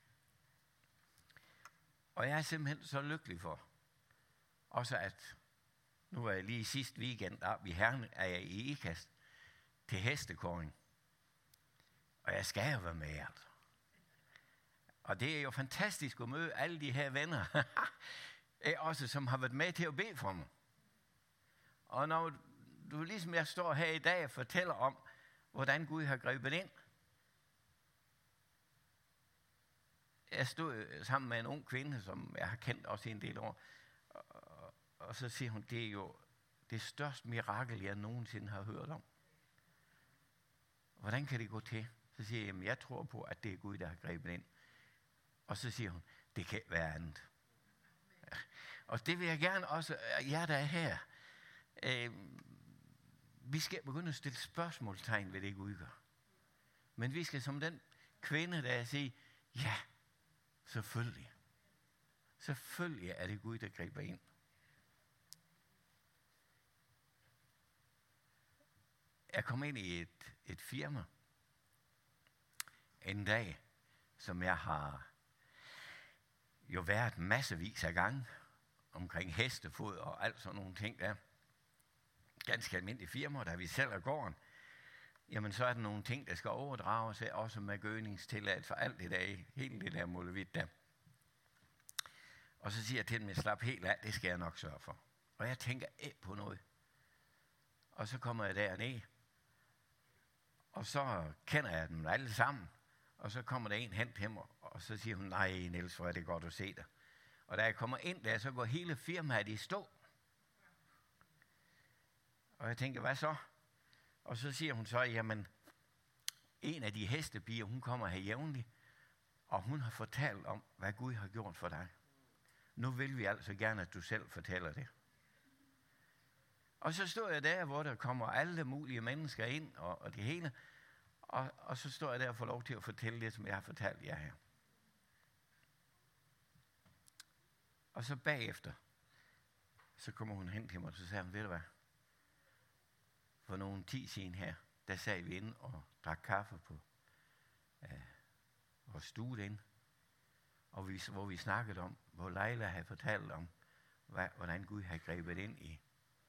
Og jeg er simpelthen så lykkelig for, også at, nu er jeg lige sidste weekend oppe i Herning, er jeg i Ikast til hestekåring. Og jeg skal jo være med, altså. Og det er jo fantastisk at møde alle de her venner, også som har været med til at bede for mig. Og når du, ligesom jeg står her i dag og fortæller om, hvordan Gud har grebet ind. Jeg stod sammen med en ung kvinde, som jeg har kendt også i en del år, og, og så siger hun, det er jo det største mirakel, jeg nogensinde har hørt om. Hvordan kan det gå til? Så siger jeg, jamen jeg tror på, at det er Gud, der har grebet ind. Og så siger hun, det kan ikke være andet. Og det vil jeg gerne også, jer der er her, øh, vi skal begynde at stille spørgsmålstegn ved det, Gud gør. Men vi skal som den kvinde, der siger, ja, selvfølgelig. Selvfølgelig er det Gud, der griber ind. Jeg kom ind i et, et firma en dag, som jeg har jo været massevis af gange omkring hestefod og alt sådan nogle ting der. Ganske almindelige firmaer, der vi sælger gården. Jamen så er der nogle ting, der skal overdrages, også med gødningstilladelse for alt det der, hele det der målevidt der. Og så siger jeg til dem, jeg slap helt af, det skal jeg nok sørge for. Og jeg tænker ikke på noget. Og så kommer jeg derned, og så kender jeg dem alle sammen. Og så kommer der en hen til mig, og så siger hun, nej Niels, hvor er det godt at se dig. Og da jeg kommer ind der, så går hele firmaet i stå. Og jeg tænker, hvad så? Og så siger hun så, jamen, en af de hestepiger, hun kommer her jævnligt, og hun har fortalt om, hvad Gud har gjort for dig. Nu vil vi altså gerne, at du selv fortæller det. Og så står jeg der, hvor der kommer alle mulige mennesker ind, og, og det hele, og, og så står jeg der og får lov til at fortælle det, som jeg har fortalt jer her. Og så bagefter, så kommer hun hen til mig, og så siger hun, ved du hvad? For nogle ti siden her, der sad vi inde og drak kaffe på øh, vores stue inde, og vi, hvor vi snakkede om, hvor Leila havde fortalt om, hvad, hvordan Gud havde grebet ind i.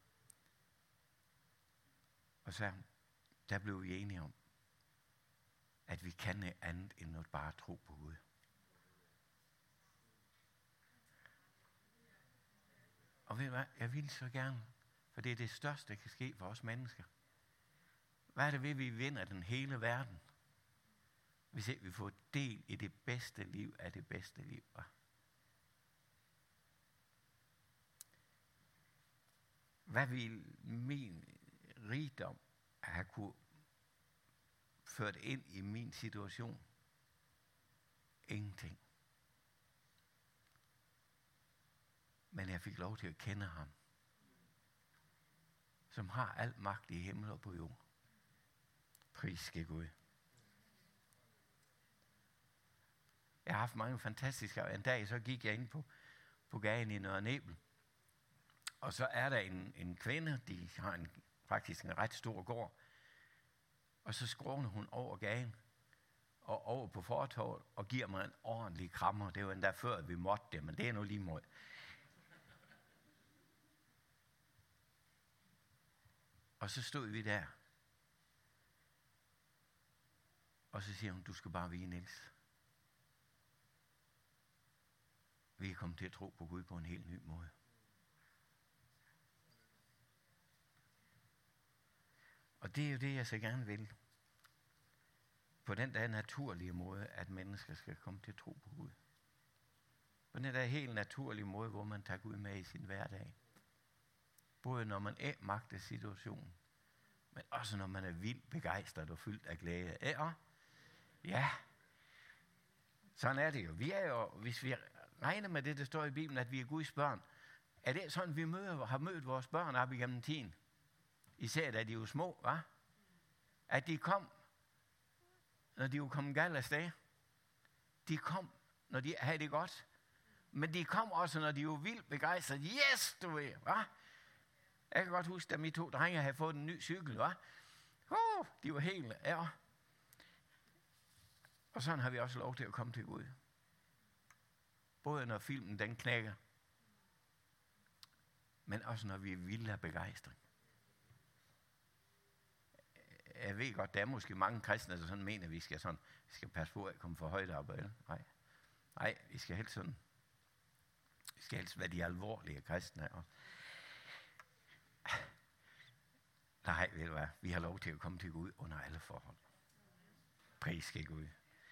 Og så der blev vi enige om, at vi kan andet end at bare tro på Gud. Og ved du hvad, jeg vil så gerne, for det er det største, der kan ske for os mennesker. Hvad er det ved, vi vinder den hele verden, hvis ikke vi får del i det bedste liv af det bedste liv? Hvad vil min rigdom have kunne ført ind i min situation? Ingenting. Men jeg fik lov til at kende ham, som har al magt i himmel og på jord. Pris ske Gud. Jeg har haft mange fantastiske, en dag så gik jeg ind på, på gaden i Nørre Nebel, Og så er der en, en kvinde, de har en, faktisk en ret stor gård, og så skråner hun over gaden og over på fortovet og giver mig en ordentlig krammer. Det var endda før, vi måtte det, men det er nu lige måde. Og så stod vi der. Og så siger hun, du skal bare vide, Niels. Vi er kommet til at tro på Gud på en helt ny måde. Og det er jo det, jeg så gerne vil. På den der naturlige måde, at mennesker skal komme til at tro på Gud. På den der helt naturlige måde, hvor man tager Gud med i sin hverdag. Både når man er magter situationen, men også når man er vildt begejstret og fyldt af glæde. Ja, ja. Sådan er det jo. Vi er jo, hvis vi regner med det, der står i Bibelen, at vi er Guds børn, er det sådan, vi møder, har mødt vores børn op igennem tiden? Især da de er jo små, hva? At de kom, når de jo kom galt afsted. De kom, når de havde det godt. Men de kom også, når de var vildt begejstrede. Yes, du ved, hva? Jeg kan godt huske, da mine to drenge havde fået en ny cykel, hva? Uh, de var helt, ja. Og sådan har vi også lov til at komme til Gud. Både når filmen den knækker, men også når vi er vilde af begejstring. Jeg ved godt, der er måske mange kristne, der sådan mener, at vi skal, sådan, vi skal passe på at komme for højt op. Eller? Nej. Nej, vi skal helst sådan. Vi skal helst være de alvorlige kristne. Og nej, ved du hvad? Vi har lov til at komme til Gud under alle forhold. Pris skal Gud.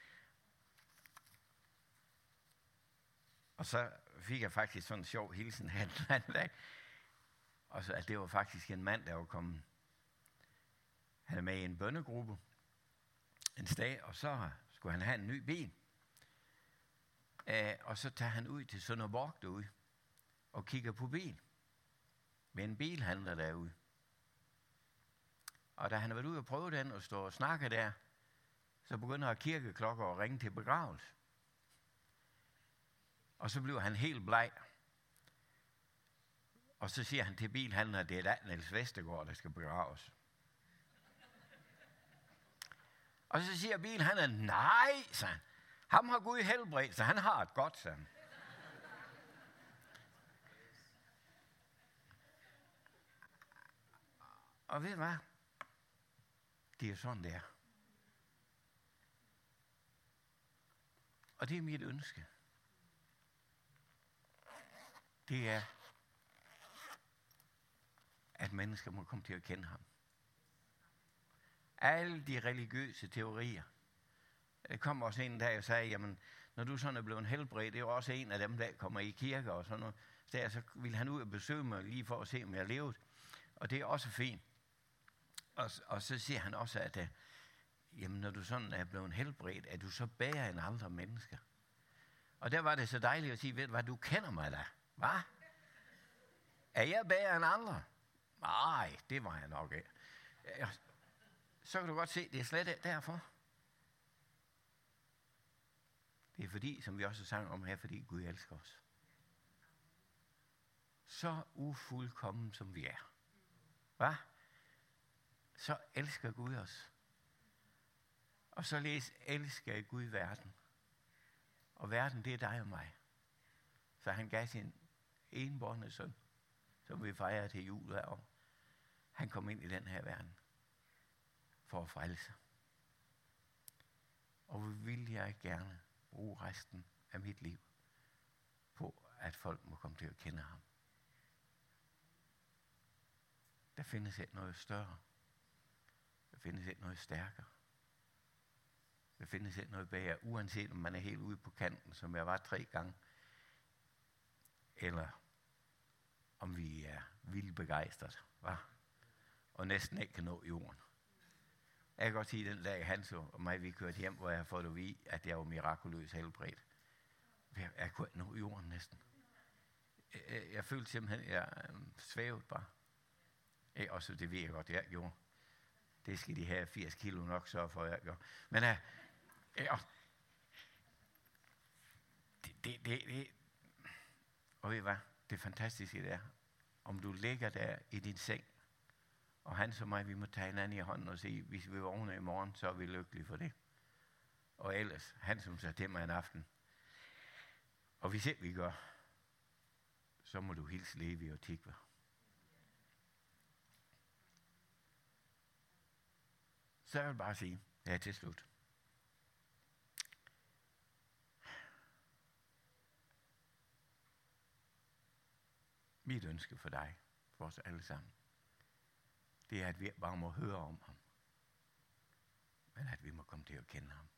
Og så fik jeg faktisk sådan en sjov hilsen her den anden dag. Og så, at det var faktisk en mand, der var kommet. Han er med i en bønnegruppe en sted, og så skulle han have en ny bil. Æh, og så tager han ud til Sønderborg derude og kigger på bil. Med en bilhandler derude. Og da han har været ude og prøve den og stå og snakke der, så begynder kirkeklokker at ringe til begravelse. Og så bliver han helt bleg. Og så siger han til bilhandleren, at det er da Niels Vestergaard, der skal begraves. Og så siger bilhandleren, nej, sagde han. Ham har Gud helbredt, så han har et godt, sagde han. Og ved du hvad? Det er sådan, det er. Og det er mit ønske. Det er, at mennesker må komme til at kende ham. Alle de religiøse teorier. Der kom også en dag og sagde, jamen, når du sådan er blevet helbredt, det er også en af dem, der kommer i kirke og sådan noget. Så, der, så ville han ud og besøge mig lige for at se, om jeg levede. Og det er også fint. Og, og så siger han også, at uh, jamen, når du sådan er blevet helbredt, er du så bedre end andre mennesker. Og der var det så dejligt at sige, ved du hvad, du kender mig da. Hvad? Er jeg bedre end andre? Nej, det var jeg nok ikke. Så kan du godt se, det er slet ikke derfor. Det er fordi, som vi også sang om her, fordi Gud elsker os. Så ufuldkommen som vi er. Hvad? Så elsker Gud os. Og således elsker Gud verden. Og verden, det er dig og mig. Så han gav sin enbårne søn, som vi fejrer til jul hver år. Han kom ind i den her verden for at frelse. Og vi vil jeg gerne bruge resten af mit liv på, at folk må komme til at kende ham. Der findes ikke noget større. Der findes ikke noget stærkere. Der findes ikke noget bedre, uanset om man er helt ude på kanten, som jeg var tre gange, eller om vi er vildt begejstret, hva? Og næsten ikke kan nå jorden. Jeg kan godt sige, den dag Hans og mig, vi kørte hjem, hvor jeg har fået at vide, at jeg var mirakuløs helbredt. Jeg, jeg kunne ikke nå jorden næsten. Jeg, jeg følte simpelthen, at jeg øh, svævede bare. Jeg, også det ved jeg godt, jeg gjorde. Det skal de have firs kilo nok sørge for, jeg gjorde. Men uh, jeg, det, det, det, det, og ved I hvad? Det fantastiske det er, om du ligger der i din seng, og han som mig, vi må tage hinanden i hånden og sige, hvis vi vågner i morgen, så er vi lykkelige for det. Og ellers, han som sagde til mig en aften, og hvis ikke vi gør, så må du hilse Levi og Tikva. Så jeg vil bare sige, ja til slut. Mit ønske for dig, for os alle sammen, det er, at vi bare må høre om ham. Men at vi må komme til at kende ham.